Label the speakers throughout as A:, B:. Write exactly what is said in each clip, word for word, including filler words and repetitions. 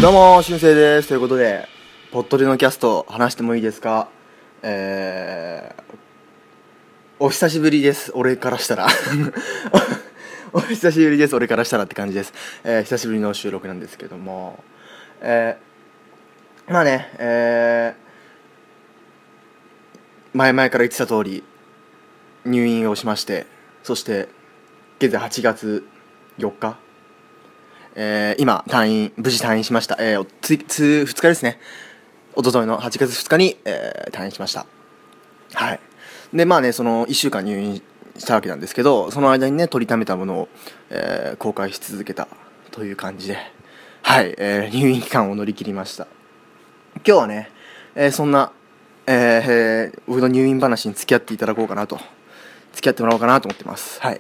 A: どうもしゅんせいです。ということでポッドでのキャスト話してもいいですか。えー、お久しぶりです。俺からしたらお久しぶりです。俺からしたらって感じです。えー、久しぶりの収録なんですけども、えー、まあね、えー、前々から言ってた通り入院をしまして、そして現在はちがつよっか、えー、今退院無事退院しました。えー、つつふつかですね。一昨日のはちがつふつかに、えー、退院しました。はい。でまあね、そのいっしゅうかん入院したわけなんですけど、その間にね取りためたものを、えー、公開し続けたという感じで、はい、えー、入院期間を乗り切りました。今日はね、えー、そんな、えー、僕の入院話に付き合っていただこうかなと付き合ってもらおうかなと思ってます。はい、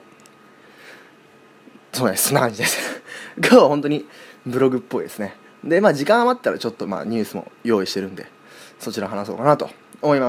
A: そうです。そんな感じです今日は本当にブログっぽいですね。でまあ時間余ったらちょっとまあニュースも用意してるんで、そちら話そうかなと思います。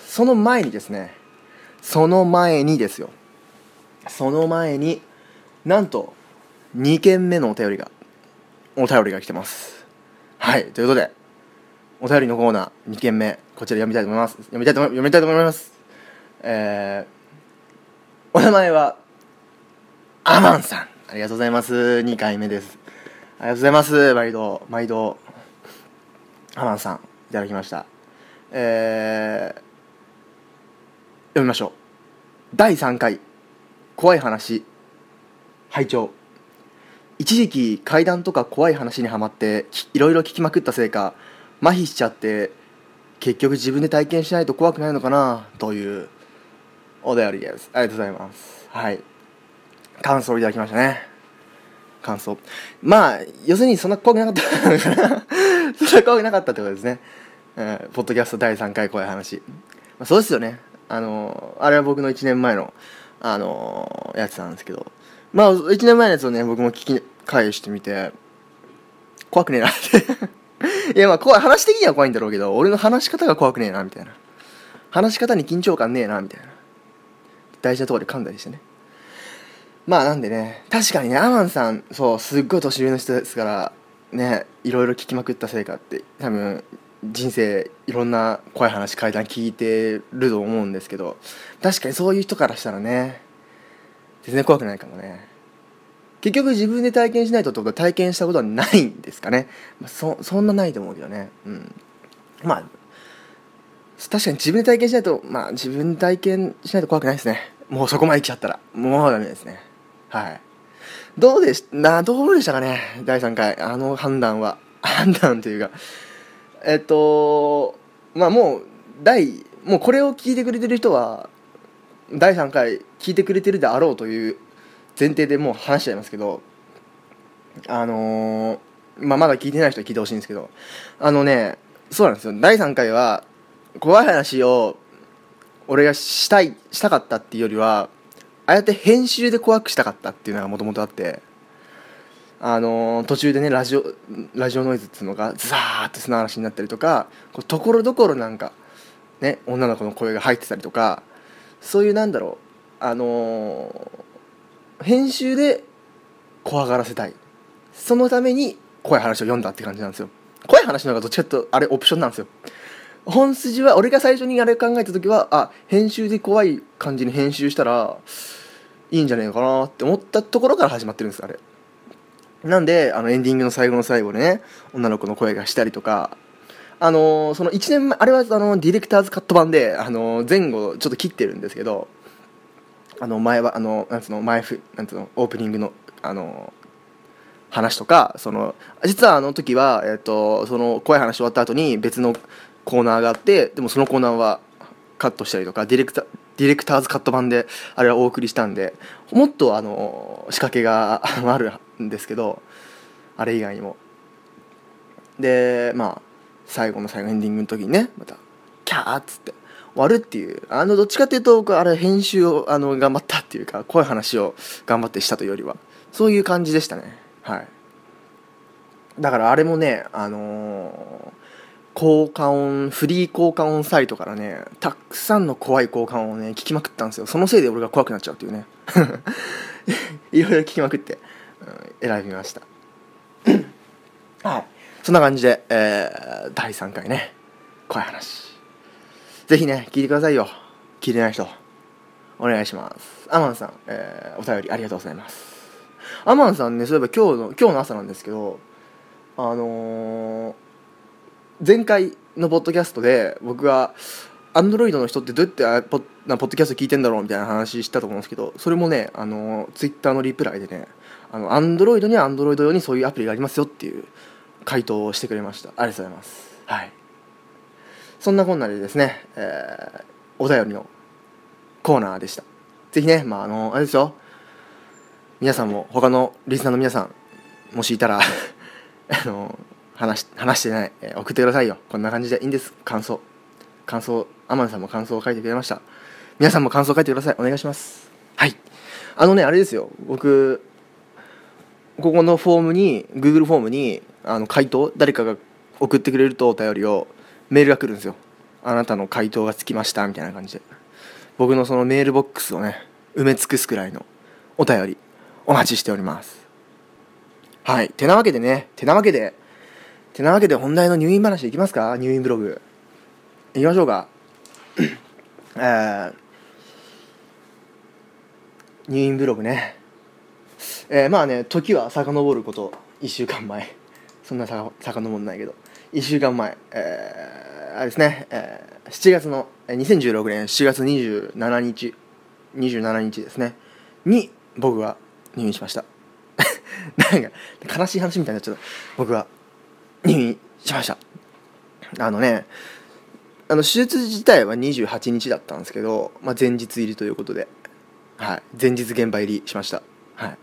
A: その前にですねその前にですよその前になんとにけんめのお便りがお便りが来てます。はい、ということでお便りのコーナーにけんめ、こちら読みたいと思います読みたいと読みたいと思います。えー、お名前はアマンさん、ありがとうございます。にかいめです。ありがとうございます。毎度毎度アマンさんいただきました。えー、読みましょう。だいさんかい怖い話拝聴。一時期怪談とか怖い話にはまっていろいろ聞きまくったせいか麻痺しちゃって、結局自分で体験しないと怖くないのかなというお便りです。ありがとうございます。はい、感想をいただきましたね。感想、まあ要するにそんな怖くなかったそんな怖くなかったってことですね。えー、ポッドキャストだいさんかい怖い話、まあ、そうですよね。あのー、あれは僕のいちねんまえのあのー、やつなんですけど、まあいちねんまえのやつをね僕も聞き返してみて怖くねえなっていやまあ怖い、話的には怖いんだろうけど俺の話し方が怖くねえなみたいな、話し方に緊張感ねえなみたいな、大事なところで噛んだりしてね。まあなんでね、確かにねアマンさんそうすっごい年上の人ですからね、いろいろ聞きまくったせいかって多分人生いろんな怖い話怪談聞いてると思うんですけど、確かにそういう人からしたらね全然怖くないかもね。結局自分で体験しないとってことは体験したことはないんですかね。まあ、そ, そんなないと思うけどね。うん、まあ確かに自分で体験しないと、まあ自分で体験しないと怖くないですね。もうそこまで来ちゃったらもうダメですね。はい、どうでしなどうでしたかねだいさんかい、あの判断は判断というかえっとまあもう第もうこれを聞いてくれてる人はだいさんかい聞いてくれてるであろうという前提でもう話しちゃいますけど、あのー、まあまだ聞いてない人は聞いてほしいんですけど、あのねそうなんですよ。だいさんかいは怖い話を俺がしたいしたかったっていうよりは、ああやって編集で怖くしたかったっていうのがもともとあって、あのー、途中でねラジオラジオノイズっていうのがザーッと砂嵐になったりとか、こうところどころなんかね女の子の声が入ってたりとか、そういうなんだろうあのー、編集で怖がらせたい、そのために怖い話を読んだって感じなんですよ。怖い話の方がどっちかというとあれオプションなんですよ。本筋は俺が最初にあれ考えた時は、あ編集で怖い感じに編集したらいいんじゃねえのかなって思ったところから始まってるんですあれ。なんであのエンディングの最後の最後でね女の子の声がしたりとか、あのー、そのいちねんまえあれはあのディレクターズカット版で、あのー、前後ちょっと切ってるんですけど、あの前はあのなんつうの前ふなんつうのオープニングのあのー話とか、その実はあの時は、えー、とその怖い話終わった後に別のコーナーがあって、でもそのコーナーはカットしたりとか、ディレクタディレクターズカット版であれはお送りしたんで、もっとあの仕掛けがあるんですけど、あれ以外にもでまあ最後の最後エンディングの時にねまたキャーっつって終わるっていう、あのどっちかっていうと僕あれ編集をあの頑張ったっていうか怖い話を頑張ってしたというよりはそういう感じでしたね。はい、だからあれもねあのー効果音フリー効果音サイトからねたくさんの怖い効果音をね聞きまくったんですよ。そのせいで俺が怖くなっちゃうっていうねいろいろ聞きまくって、うん、選びましたはい。 そんな感じで、えー、だいさんかいね怖い話ぜひね聞いてくださいよ。聞いてない人お願いします。アマンさん、えー、お便りありがとうございます。アマンさんね、そういえば今日の今日の朝なんですけど、あのー、前回のポッドキャストで僕がアンドロイドの人ってどうやってポッポッドキャスト聞いてんだろうみたいな話したと思うんですけど、それもね、あのー、ツイッターのリプライでね、あのアンドロイドにはアンドロイド用にそういうアプリがありますよっていう回答をしてくれました。ありがとうございます。はい。そんなこんなでですね、えー、お便りのコーナーでした。ぜひね、まああのあれですよ、皆さんも他のリスナーの皆さんもしいたらあの話話してない、えー、送ってくださいよ。こんな感じでいいんです。感想感想アマンさんも感想を書いてくれました。皆さんも感想を書いてください。お願いします。はい。あのね、あれですよ、僕ここのフォームに Google フォームにあの回答誰かが送ってくれるとお便りをメールが来るんですよ。あなたの回答がつきましたみたいな感じで、僕のそのメールボックスをね埋め尽くすくらいのお便りお待ちしております。はい。てなわけでねてなわけでてなわけで本題の入院話いきますか。入院ブログいきましょうか。えー、入院ブログね、えー、まあね時は遡ることいっしゅうかんまえ、そんなさ遡んないけどいっしゅうかんまえ、えー、あれですね、えー、しちがつのにせんじゅうろくねんしちがつにじゅうしちにちにじゅうしちにちですねに僕は入院しましたなんか悲しい話みたいになっちゃった。僕は入院しました。あのねあの手術自体はにじゅうはちにちだったんですけど、まあ、前日入りということで、はい、前日現場入りしました。はい、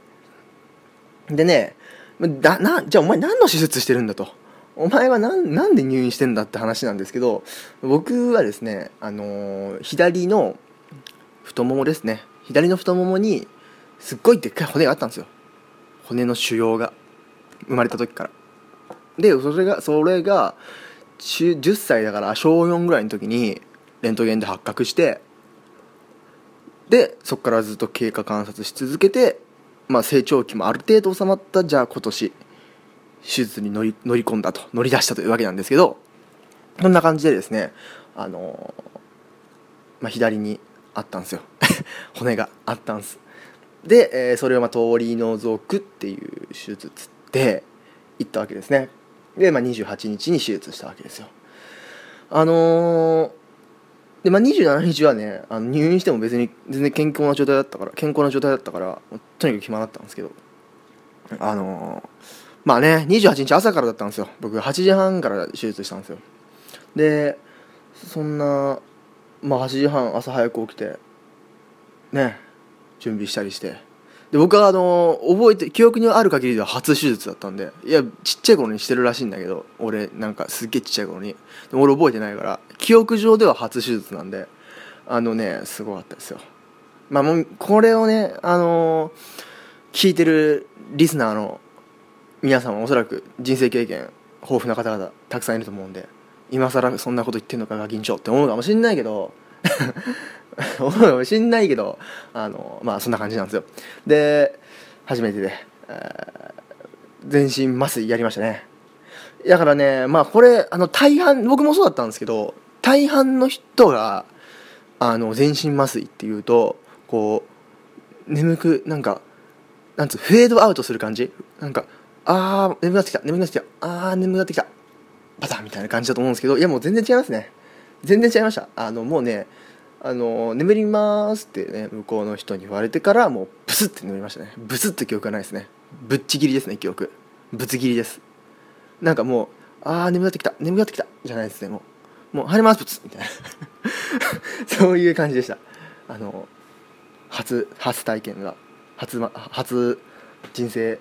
A: でねだなじゃあお前何の手術してるんだと、お前はなんなんで入院してんだって話なんですけど、僕はですね、あのー、左の太ももですね、左の太ももにすっごいでっかい骨があったんですよ。骨の腫瘍が生まれた時から。でそれがそれがじゅっさいだからしょうよんぐらいの時にレントゲンで発覚して、でそこからずっと経過観察し続けて、まあ、成長期もある程度収まった。じゃあ今年手術に乗り乗り込んだと乗り出したというわけなんですけど、そんな感じでですね、あのーまあ、左にあったんですよ骨があったんです。で、えー、それをまあ取り除くっていう手術で行ったわけですね。で、まあ、にじゅうはちにちに手術したわけですよ。あのーでまあ、にじゅうしちにちはねあの入院しても別に全然健康な状態だったから健康な状態だったからとにかく暇だったんですけど、あのー、まあねにじゅうはちにち朝からだったんですよ。僕はちじはんから手術したんですよ。でそんな、まあ、はちじはん朝早く起きてね準備したりして、で僕はあのー、覚えて記憶にある限りでは初手術だったんで、いやちっちゃい頃にしてるらしいんだけど、俺なんかすっげえちっちゃい頃に、でも俺覚えてないから記憶上では初手術なんで、あのねすごかったですよ。まあもうこれをねあのー、聞いてるリスナーの皆さんはおそらく人生経験豊富な方々たくさんいると思うんで、今更そんなこと言ってんのかガキンチョって思うかもしんないけど思うかもしんないけどあのまあそんな感じなんですよ。で初めてで、えー、全身麻酔やりましたね。だからねまあこれあの大半僕もそうだったんですけど、大半の人があの全身麻酔っていうとこう眠くなんかなんつうフェードアウトする感じ、なんかあー眠くなってきた眠くなってきたあー眠くなってきたパターンみたいな感じだと思うんですけど、いやもう全然違いますね。全然違いました。あのもうねあの眠りますってね向こうの人に言われてからもうブスって眠りましたね。ブスって記憶がないですね。ぶっちぎりですね。記憶ぶつ切りです。なんかもうあー眠くなってきた眠くなってきたじゃないですね。もうもう入りますブツみたいなそういう感じでした。あの初初体験が初、ま、初人生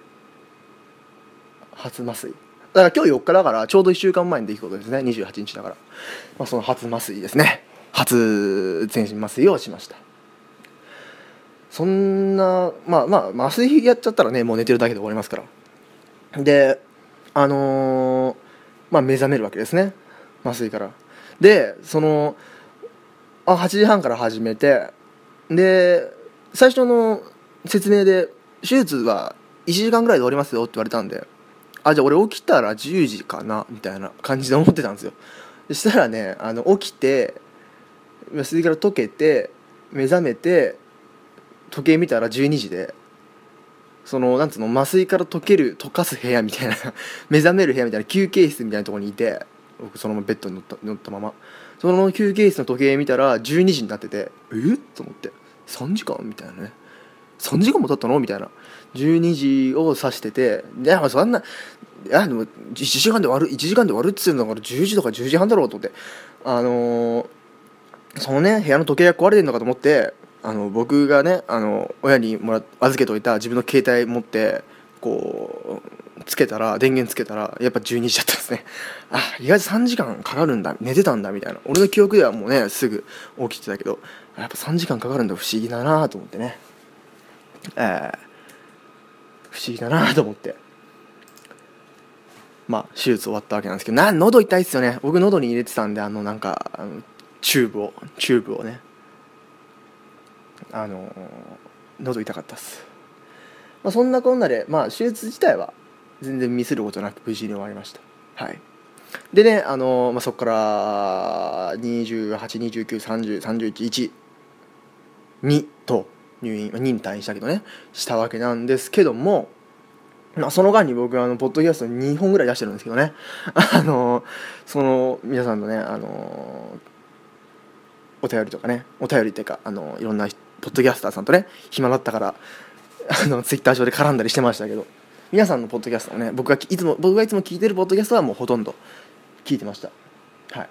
A: 初麻酔だから今日よっかだからちょうどいっしゅうかんまえの出来事ですね。にじゅうはちにちだから、まあ、その初麻酔ですね。初全身麻酔をしました。そんなまあまあ麻酔やっちゃったらねもう寝てるだけで終わりますから。であのー、まあ目覚めるわけですね麻酔から。でそのあはちじはんから始めて、で最初の説明で手術はいちじかんぐらいで終わりますよって言われたんで、 あじゃあ俺起きたらじゅうじかなみたいな感じで思ってたんですよ。そしたらねあの起きて麻酔から解けて目覚めて時計見たらじゅうにじで、そのなんつうの麻酔から溶ける溶かす部屋みたいな目覚める部屋みたいな休憩室みたいなところにいて、僕そのままベッドに乗った乗ったままその休憩室の時計見たらじゅうにじになってて、えっと思って、さんじかんみたいなね、さんじかんも経ったのみたいな、じゅうにじを指してて、いやそんないやでもいちじかんで終わるいちじかんで終わるって言ってるんだからじゅうじとかじゅうじはんだろうと思って、あのー、そのね部屋の時計が壊れてるのかと思って、あの僕がねあの親にもら預けておいた自分の携帯持ってこうつけたら電源つけたらやっぱじゅうにじだったんですね。あ意外とさんじかんかかるんだ、寝てたんだみたいな、俺の記憶ではもうねすぐ起きてたけどやっぱさんじかんかかるんだ、不思議だなと思ってね、えー、不思議だなと思ってまあ手術終わったわけなんですけど、な喉痛いっすよね。僕喉に入れてたんであのなんかあのチューブをチューブをねあの喉痛かったっす。まあ、そんなこんなで、まあ、手術自体は全然ミスることなく無事に終わりました。はい。でね、あのまあ、そこからにじゅうはち、にじゅうきゅう、さんじゅう、さんじゅういち、いち、にと入院、にに退院したけどね、したわけなんですけども、まあ、その間に僕はあのポッドキャストにほんぐらい出してるんですけどね、あのその皆さんのね、あのお便りとかね、お便りっていうか、あのいろんなポッドキャスターさんとね、暇だったからあのツイッター上で絡んだりしてましたけど、皆さんのポッドキャストをね、僕がいつも僕がいつも聞いてるポッドキャストはもうほとんど聞いてました。はい。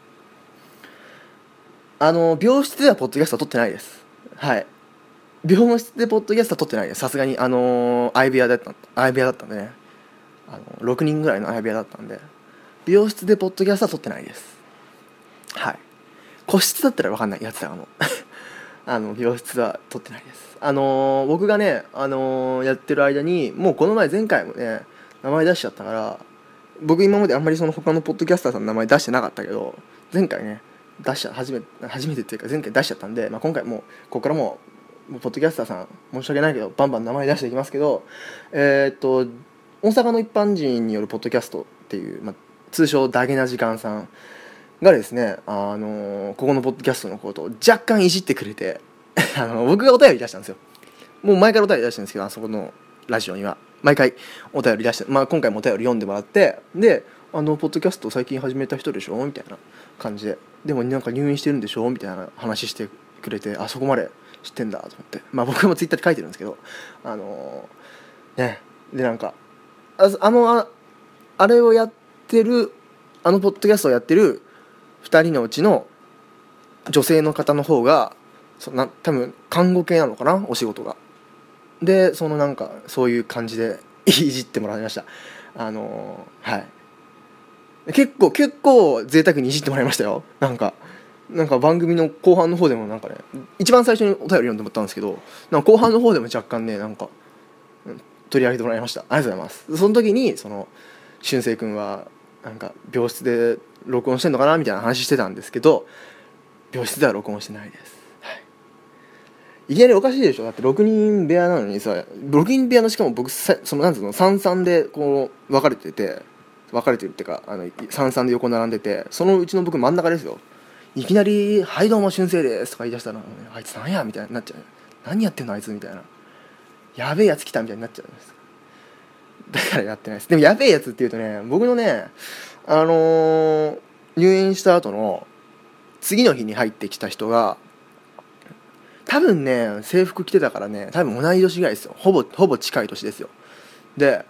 A: あの病室ではポッドキャストは撮ってないです。はい。病室でポッドキャストは撮ってないです。さすがにあの相部屋だった相部屋だったんでね、あのろくにんぐらいの相部屋だったんで、病室でポッドキャストは撮ってないです。はい。個室だったら分かんないやつだかもあの病室は撮ってないです。あのー、僕がね、あのー、やってる間にもうこの前前回もね名前出しちゃったから、僕今まであんまりその他のポッドキャスターさんの名前出してなかったけど、前回ね出しちゃ初め初めてっていうか前回出しちゃったんで、まあ、今回もうここからもうポッドキャスターさん申し訳ないけどバンバン名前出していきますけど、えー、っと大阪の一般人によるポッドキャストっていう、まあ、通称ダゲな時間さんがですね、あのー、ここのポッドキャストのことを若干いじってくれてあの僕がお便り出したんですよ。もう前からお便り出してるんですけど、あそこのラジオには毎回お便り出して、まあ、今回もお便り読んでもらって、であのポッドキャスト最近始めた人でしょみたいな感じで、でもなんか入院してるんでしょみたいな話してくれて、あそこまで知ってんだと思って、まあ僕もツイッターで書いてるんですけど、あのー、ねでなんかああのああれをやってるあのポッドキャストをやってるふたりのうちの女性の方の方がそな多分看護系なのかな、お仕事が。でそのなんかそういう感じでいじってもらいました。あのー、はい結構結構贅沢にいじってもらいましたよ。なんかなんか番組の後半の方でもなんかね、一番最初にお便り読んでもらったんですけど、なんか後半の方でも若干ねなんか取り上げてもらいました。ありがとうございます。その時にその俊生君はなんか病室で録音してんのかなみたいな話してたんですけど、病室では録音してないです。はい、いきなりおかしいでしょ。だってろくにん部屋なのにさ、ろくにん部屋のしかも僕さそのなんつうの三々でこう分かれてて分かれてるっていうか、あの三々で横並んでて、そのうちの僕真ん中ですよ。いきなり「はいどうも俊生です」とか言い出したら、あいつなんやみたいになっちゃう。何やってんのあいつみたいな、やべえやつ来たみたいになっちゃうんです。だからやってないです。でもやべえやつっていうとね、僕のねあのー、入院した後の次の日に入ってきた人が多分ね制服着てたからね、多分同い年ぐらいですよ。ほぼほぼ近い年ですよ。で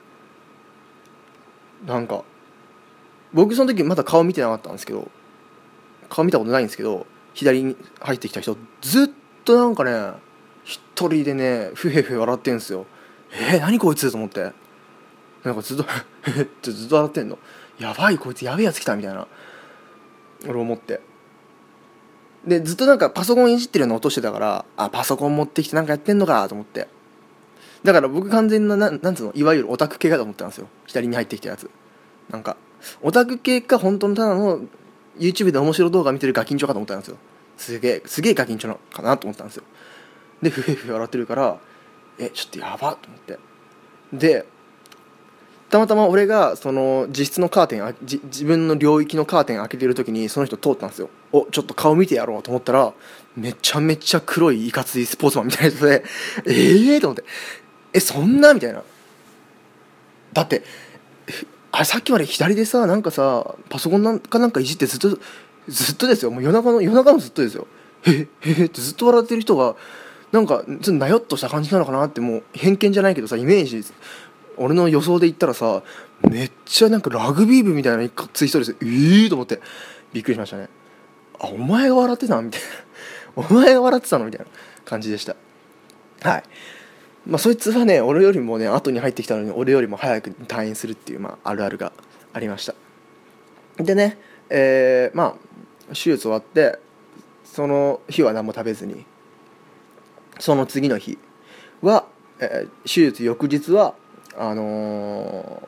A: なんか僕その時まだ顔見てなかったんですけど、顔見たことないんですけど、左に入ってきた人ずっとなんかね一人でねふへふへ笑ってんですよ。えー、何こいつと思って、なんかずっとへへってずっと笑ってんの。やばいこいつやべえやつ来たみたいな俺思って、でずっとなんかパソコンいじってるような音してたから、あパソコン持ってきてなんかやってんのかと思って、だから僕完全なななんつうのいわゆるオタク系かと思ったんですよ。左に入ってきたやつなんかオタク系か本当のただの YouTube で面白動画見てるガキンチョかと思ったんですよ。すげえすげえガキンチョなのかなと思ったんですよ。でふへふへ笑ってるから、えちょっとやばっと思って、でたまたま俺がその自室のカーテンあじ自分の領域のカーテン開けてる時にその人通ったんですよ。おちょっと顔見てやろうと思ったら、めちゃめちゃ黒いいかついスポーツマンみたいな人でええーと思って、えそんなみたいな。だってあれさっきまで左でさなんかさパソコンなんかなんかいじってずっとずっとですよ、もう夜中の夜中のずっとですよ、へへへってずっと笑ってる人がなんかちょっとなよっとした感じなのかなって、もう偏見じゃないけどさ、イメージ俺の予想で言ったらさ、めっちゃなんかラグビー部みたいなかつい人ですよ。ええーと思ってびっくりしましたね。あお前が笑ってたみたいなお前が笑ってたのみたいな感じでした。はい。まあそいつはね俺よりもね後に入ってきたのに俺よりも早く退院するっていう、まあ、あるあるがありました。でね、えー、まあ手術終わってその日は何も食べずに、その次の日は、えー、手術翌日はあの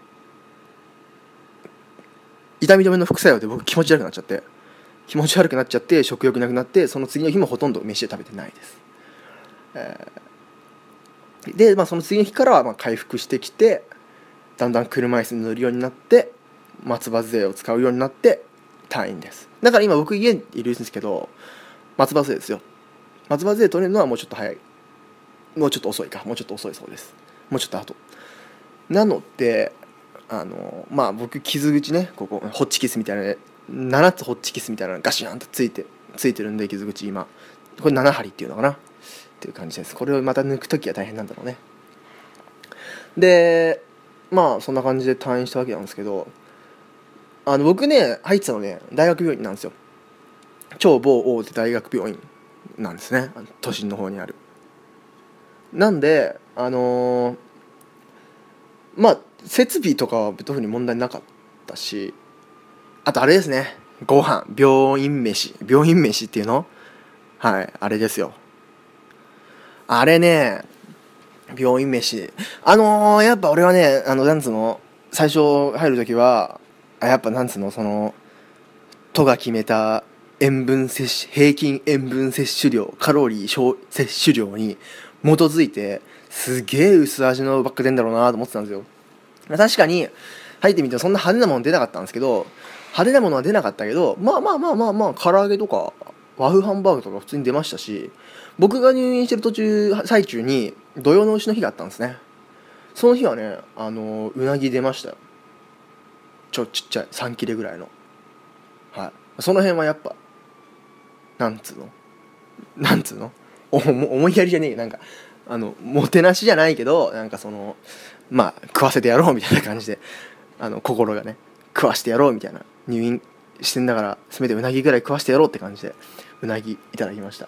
A: ー、痛み止めの副作用で僕気持ち悪くなっちゃって気持ち悪くなっちゃって食欲なくなって、その次の日もほとんど飯で食べてないです。えー、で、まあ、その次の日からはまあ回復してきて、だんだん車椅子に乗るようになって松葉杖を使うようになって退院です。だから今僕家にいるんですけど松葉杖ですよ。松葉杖取れるのはもうちょっと早い、もうちょっと遅いかもうちょっと遅いそうです。もうちょっと後なので、あのまあ僕傷口ね、ここホッチキスみたいなねななつホッチキスみたいなのガシャンとついてついてるんで、傷口今これなな針っていうのかなっていう感じです。これをまた抜くときは大変なんだろうね。でまあそんな感じで退院したわけなんですけど、あの僕ね入ってたのね大学病院なんですよ。超某大手大学病院なんですね、都心の方にある。なんであのー、まあ設備とかは特に問題なかったし、あとあれですね、ご飯病院飯病院飯っていうの、はいあれですよ。あれね病院飯あのー、やっぱ俺はねあのなんつうの最初入るときはやっぱなんつうのその都が決めた塩分摂取平均塩分摂取量カロリー摂取量に基づいてすげえ薄味のばっか出んだろうなと思ってたんですよ。確かに入ってみてそんな派手なもの出なかったんですけど、派手なものは出なかったけどまあまあまあまあまあ唐揚げとか和風ハンバーグとか普通に出ましたし、僕が入院してる途中最中に土用の丑の日があったんですね。その日はねあのうなぎ出ましたよ。ちょちっちゃいさん切れぐらいの、はい、その辺はやっぱなんつうのなんつうのお思いやりじゃねえよ、なんかあのもてなしじゃないけどなんかそのまあ食わせてやろうみたいな感じで、あの心がね食わしてやろうみたいな、入院してんだからせめてうなぎぐらい食わしてやろうって感じでうなぎいただきました。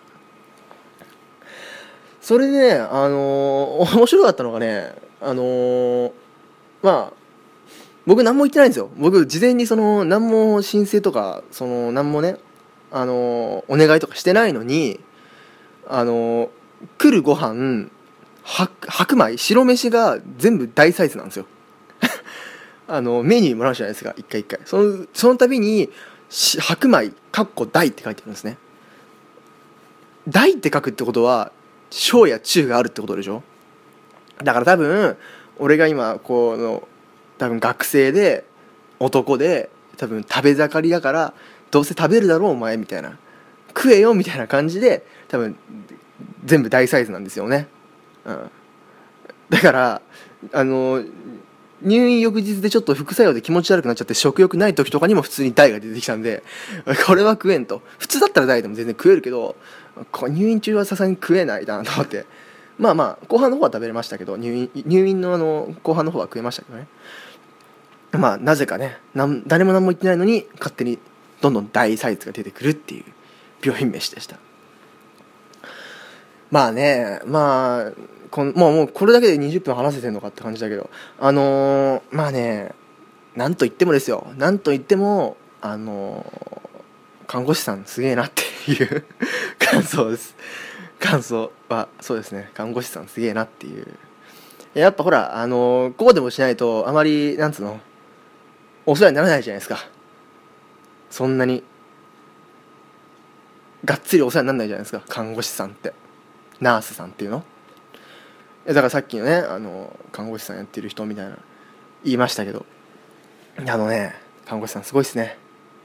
A: それでねあのー、面白かったのがねあのー、まあ僕何も言ってないんですよ。僕事前にその何も申請とかその何もねあのー、お願いとかしてないのに、あのー、来るご飯白米白飯が全部大サイズなんですよあのメニューもらうじゃないですか、一回一回そのその度に白米かっこ大って書いてあるんですね。大って書くってことは小や中があるってことでしょ。だから多分俺が今この多分学生で男で多分食べ盛りだからどうせ食べるだろうお前みたいな、食えよみたいな感じで多分全部大サイズなんですよね、うん、だからあの入院翌日でちょっと副作用で気持ち悪くなっちゃって食欲ない時とかにも普通に大が出てきたんでこれは食えんと。普通だったら大でも全然食えるけど入院中はさすがに食えないなと思って、まあまあ後半の方は食べれましたけど入院入院のあの後半の方は食えましたけどね。まあなぜかねなん誰も何も言ってないのに勝手にどんどん大サイズが出てくるっていう病院飯でした。まあねまあこんもうもうこれだけでにじゅっぷん話せてんのかって感じだけど、あのー、まあねなんと言ってもですよなんと言ってもあのー、看護師さんすげえなっていう感想です。感想はそうですね、看護師さんすげえなっていう。やっぱほらあのー、こうでもしないとあまりなんつうのお世話にならないじゃないですか。そんなにがっつりお世話にならないじゃないですか看護師さんって、ナースさんっていうの。だからさっきのねあの看護師さんやってる人みたいな言いましたけど、あのね看護師さんすごいっすね。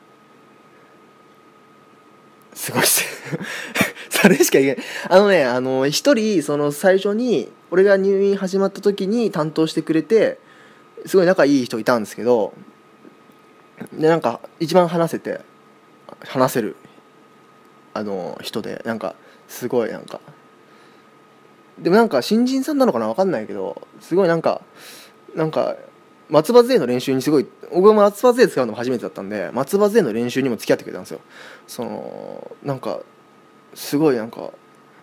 A: すごいっすそれしか言えない。あのねあの一人その最初に俺が入院始まった時に担当してくれてすごい仲いい人いたんですけど、でなんか一番話せて話せるあの人で、なんかすごいなんかでもなんか新人さんなのかな分かんないけど、すごいなんかなんか松葉杖の練習にすごい、僕も松葉杖使うのも初めてだったんで松葉杖の練習にも付き合ってくれたんですよ。そのなんかすごいなんか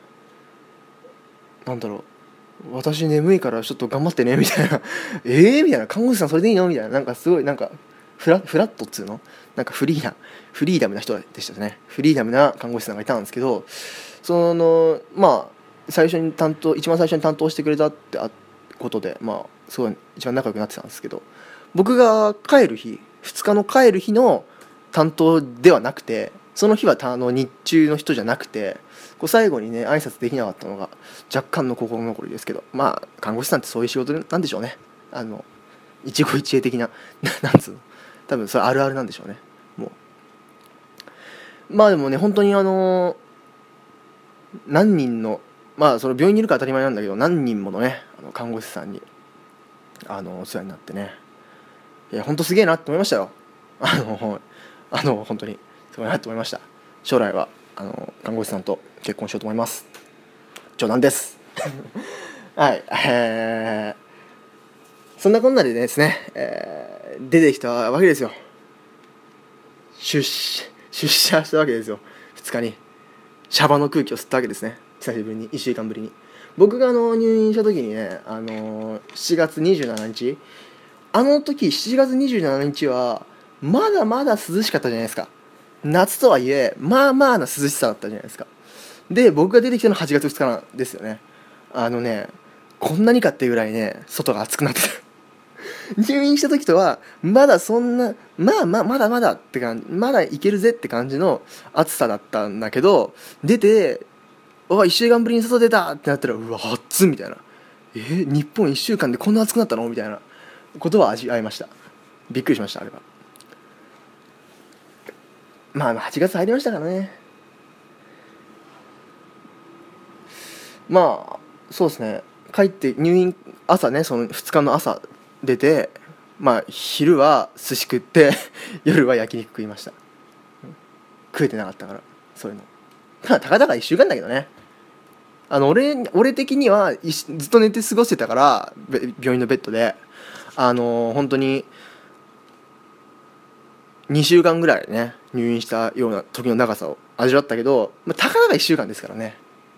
A: なんだろう、私眠いからちょっと頑張ってねみたいなええみたいな、看護師さんそれでいいのみたいな、なんかすごいなんかフラフラットっつうの、なんかフリーなフリーダムな人でしたね。フリーダムな看護師さんがいたんですけど、そのまあ最初に担当一番最初に担当してくれたってことで、まあすごい一番仲良くなってたんですけど、僕が帰る日ふつかの帰る日の担当ではなくて、その日はあの日中の人じゃなくて、こう最後にね挨拶できなかったのが若干の心残りですけど、まあ看護師さんってそういう仕事なんでしょうね。あの一期一会的ななんつうの、多分それあるあるなんでしょうね。もうまあでもね本当にあの何人のまあその病院にいるから当たり前なんだけど、何人ものねあの看護師さんにあのお世話になってね、いや本当すげえなって思いましたよ。あのあの本当にすごいなって思いました。将来はあの看護師さんと結婚しようと思います。冗談ですはい、えー、そんなこんなでですね、えー、出てきたわけですよ。出出社したわけですよ。ふつかにシャバの空気を吸ったわけですね。久しぶりにいっしゅうかんぶりに僕があの入院した時にね、あのしちがつにじゅうしちにち、あの時しちがつにじゅうしちにちはまだまだ涼しかったじゃないですか。夏とはいえまあまあな涼しさだったじゃないですか。で僕が出てきたのははちがつふつかなんですよね。あのねこんなにかっていうぐらいね外が暑くなってた入院した時とはまだそんなまあまあまだまだって感じ、まだいけるぜって感じの暑さだったんだけど、出てわいっしゅうかんぶりに外出たってなったらうわ暑っみたいな、えー、日本いっしゅうかんでこんな暑くなったのみたいなことは味わいました。びっくりしました。あれはまあはちがつ入りましたからね。まあそうですね、帰って入院朝ね、そのふつかの朝出て、まあ昼は寿司食って夜は焼肉食いました。食えてなかったからそういうの、たかだかいっしゅうかんだけどね。あの 俺, 俺的にはずっと寝て過ごしてたから、病院のベッドであのー、本当ににしゅうかんぐらいね入院したような時の長さを味わったけど、まあ、たかだかいっしゅうかんですからね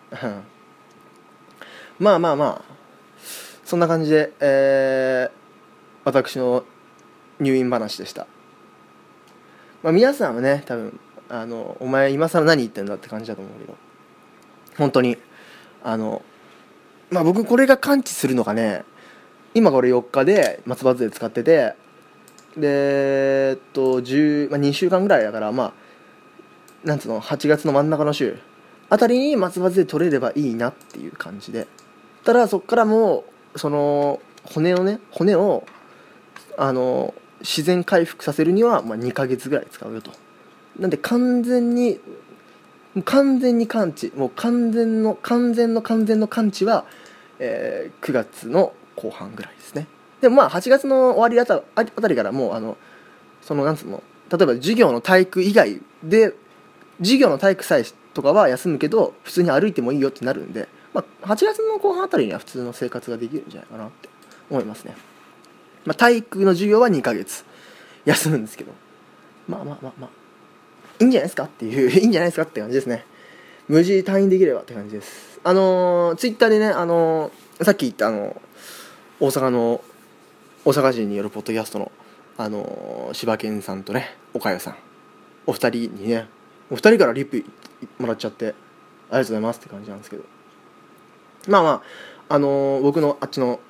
A: まあまあまあそんな感じで、えー、私の入院話でした。まあ、皆さんはね多分あのお前今更何言ってんだって感じだと思うけど、本当にあのまあ僕これが感知するのがね、今これよっかで松葉杖使ってて、でえっとじゅう、まあ、にしゅうかんぐらいだから、まあなんつうのはちがつの真ん中の週あたりに松葉杖取れればいいなっていう感じで、ただそっからもうその骨をね骨をあの自然回復させるには、まあ、にかげつぐらい使うよと。なんで完全に完全に完治、もう完全の完全の完全の完治は、えー、くがつの後半ぐらいですね。でもまあはちがつの終わりあたあたりからもうあのそのなんつうの、例えば授業の体育以外で授業の体育さえとかは休むけど普通に歩いてもいいよってなるんで、まあ、はちがつの後半あたりには普通の生活ができるんじゃないかなって思いますね。まあ、体育の授業はにかげつ休むんですけど、まあまあまあまあいいんじゃないですかっていういいんじゃないですかって感じですね。無事退院できればって感じです。あのー、ツイッターでね、あのー、さっき言ったあの大阪の大阪人によるポッドキャストのあのー、柴犬さんとね岡代さんお二人にね、お二人からリプもらっちゃってありがとうございますって感じなんですけど、まあまああのー、僕のあっちの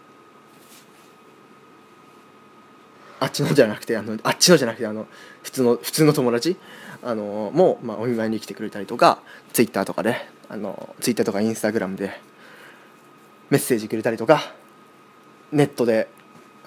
A: あっちのじゃなくてあのあっちのじゃなくてあの普通の普通の友達あのもう、まあ、お見舞いに来てくれたりとか、ツイッターとかであのツイッターとかインスタグラムでメッセージくれたりとか、ネットで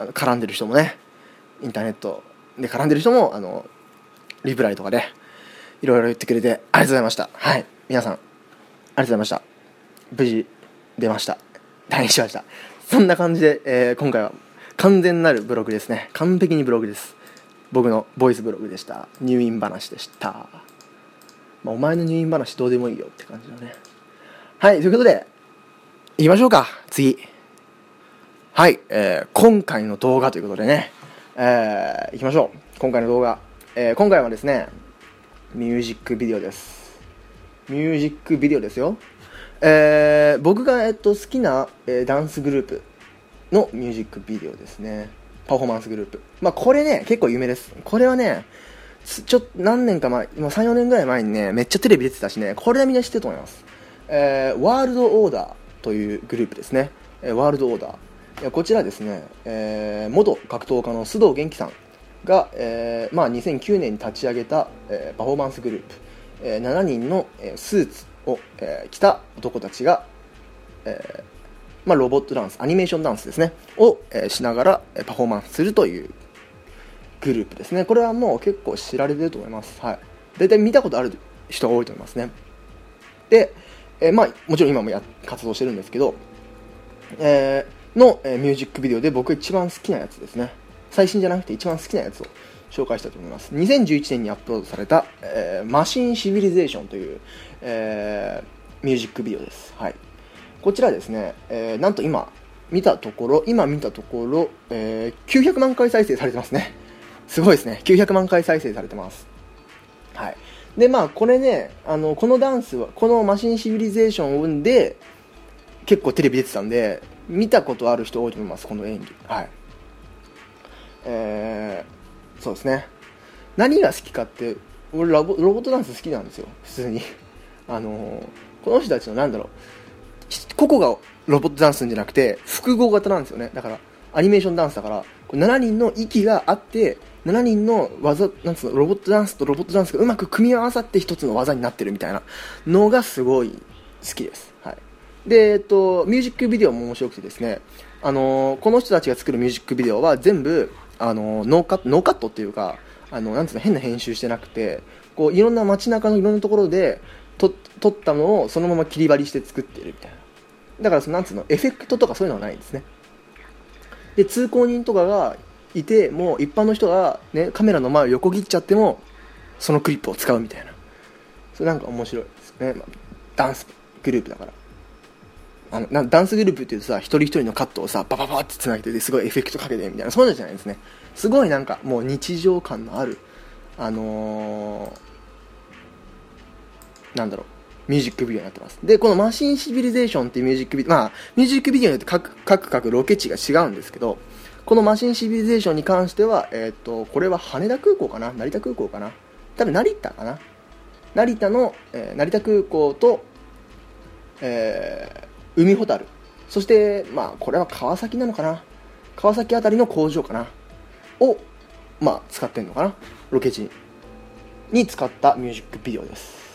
A: あの絡んでる人もね、インターネットで絡んでる人もあのリプライとかでいろいろ言ってくれてありがとうございました。はい、皆さんありがとうございました。無事出ました。大変しました。そんな感じで、えー、今回は完全なるブログですね。完璧にブログです。僕のボイスブログでした。入院話でした。まあ、お前の入院話どうでもいいよって感じだね。はい、ということで行きましょうか。次、はい、えー、今回の動画ということでね、えー、行きましょう。今回の動画、えー、今回はですねミュージックビデオです。ミュージックビデオですよ。えー、僕が、えっと、好きな、えー、ダンスグループのミュージックビデオですね。パフォーマンスグループ。まあこれね結構有名です。これはねちょっと何年か前、もうさん、よねんぐらい前にねめっちゃテレビ出てたしね、これはみんな知ってると思います。えー、ワールドオーダーというグループですね。えー、ワールドオーダー、こちらですね、えー、元格闘家の須藤元気さんが、えーまあ、にせんきゅうねんに立ち上げた、えー、パフォーマンスグループ、えー、しちにんの、えー、スーツを、えー、着た男たちが、えーまあ、ロボットダンス、アニメーションダンスですねを、えー、しながら、えー、パフォーマンスするというグループですね。これはもう結構知られてると思います。はい、大体見たことある人が多いと思いますね。で、えーまあ、もちろん今もや活動してるんですけど、えー、の、えー、ミュージックビデオで僕一番好きなやつですね。最新じゃなくて一番好きなやつを紹介したいと思います。にせんじゅういちねんにアップロードされた、えー、マシンシビリゼーションという、えー、ミュージックビデオです。はい、こちらですね、えー、なんと今見たところ今見たところ、えー、きゅうひゃくまんかい再生されてますね。すごいですね。きゅうひゃくまんかい再生されてます。はい。でまあこれね、あのこのダンスはこのマシンシビリゼーションを生んで結構テレビ出てたんで見たことある人多いと思います、この演技。はい、えー、そうですね。何が好きかって、俺ロボ、ロボットダンス好きなんですよ、普通に。あのー、この人たちのなんだろう、個々がロボットダンスするんじゃなくて複合型なんですよね。だからアニメーションダンスだからしちにんの息があってしちにんの技、なんつうの、ロボットダンスとロボットダンスがうまく組み合わさって一つの技になってるみたいなのがすごい好きです。はい、で、えっと、ミュージックビデオも面白くてですね、あのー、この人たちが作るミュージックビデオは全部、あのー、ノーカット、ノーカットっていうか、あのなんつうの、変な編集してなくて、こういろんな街中のいろんなところでと撮ったのをそのまま切り張りして作ってるみたいな。だからそのなんつうの、エフェクトとかそういうのはないんですね。で、通行人とかがいても一般の人が、ね、カメラの前を横切っちゃってもそのクリップを使うみたいな、それなんか面白いですね。まあ、ダンスグループだから、あのなダンスグループっていうとさ、一人一人のカットをさバババってつなげてすごいエフェクトかけてみたいな、そういうのじゃないですね。すごいなんかもう日常感のある、あのー、なんだろう、ミュージックビデオになってます。で、このマシンシビリゼーションっていうミュージックビデオ、まあミュージックビデオによって各各各ロケ地が違うんですけど、このマシンシビリゼーションに関しては、えー、とこれは羽田空港かな、成田空港かな、多分成田かな、成田の、えー、成田空港と、えー、海ほたる、そしてまあこれは川崎なのかな、川崎あたりの工場かなを、まあ、使ってるのかな、ロケ地に使ったミュージックビデオです。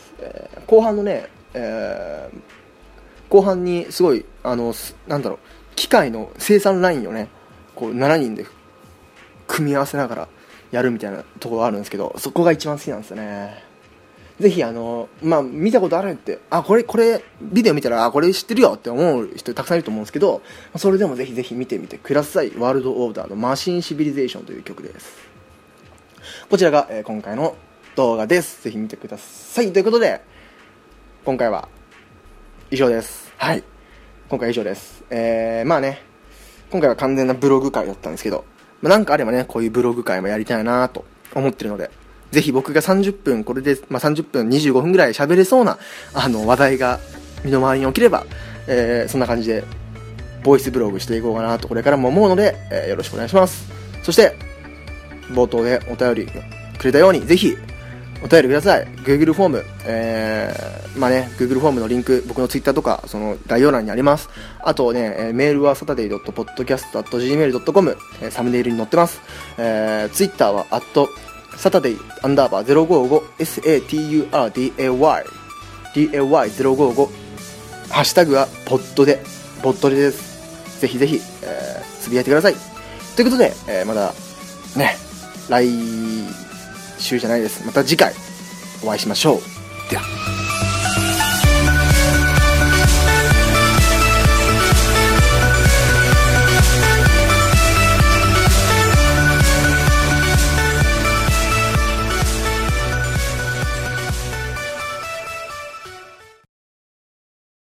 A: えー、後半のね、えー、後半にすごい、あのなんだろう、機械の生産ラインをねこうしちにんで組み合わせながらやるみたいなところがあるんですけど、そこが一番好きなんですよね。ぜひあの、まあ、見たことあるって、あ、これこれビデオ見たら、あ、これ知ってるよって思う人たくさんいると思うんですけど、それでもぜひぜひ見てみてください。ワールドオーダーのマシンシビリゼーションという曲です。こちらが、えー、今回の動画です。ぜひ見てください。ということで今回は以上です。はい、今回は以上です。えー、まあね、今回は完全なブログ会だったんですけど、まあ、なんかあればね、こういうブログ会もやりたいなと思ってるので、ぜひ僕がさんじゅっぷん、これで、まあ、さんじゅっぷんにじゅうごふんぐらい喋れそうなあの話題が身の回りに起きれば、えー、そんな感じでボイスブログしていこうかなとこれからも思うので、えー、よろしくお願いします。そして冒頭でお便りくれたように、ぜひお便りください。 Google フォーム、えー、まあね Google フォームのリンク、僕の Twitter とかその概要欄にあります。あとね、メールは サタデイ ドット ポッドキャスト アット ジーメール ドット コム、 サムネイルに載ってます。えー、Twitter は アット サタデイ アンダーバー ゼロごご サタデイ ダッシュゼロごご、 ハッシュタグはポッドでボットでです。ぜひぜひ、えー、つぶやいてください。 ということで、えー、まだね来週じゃないです、また次回お会いしましょう。では。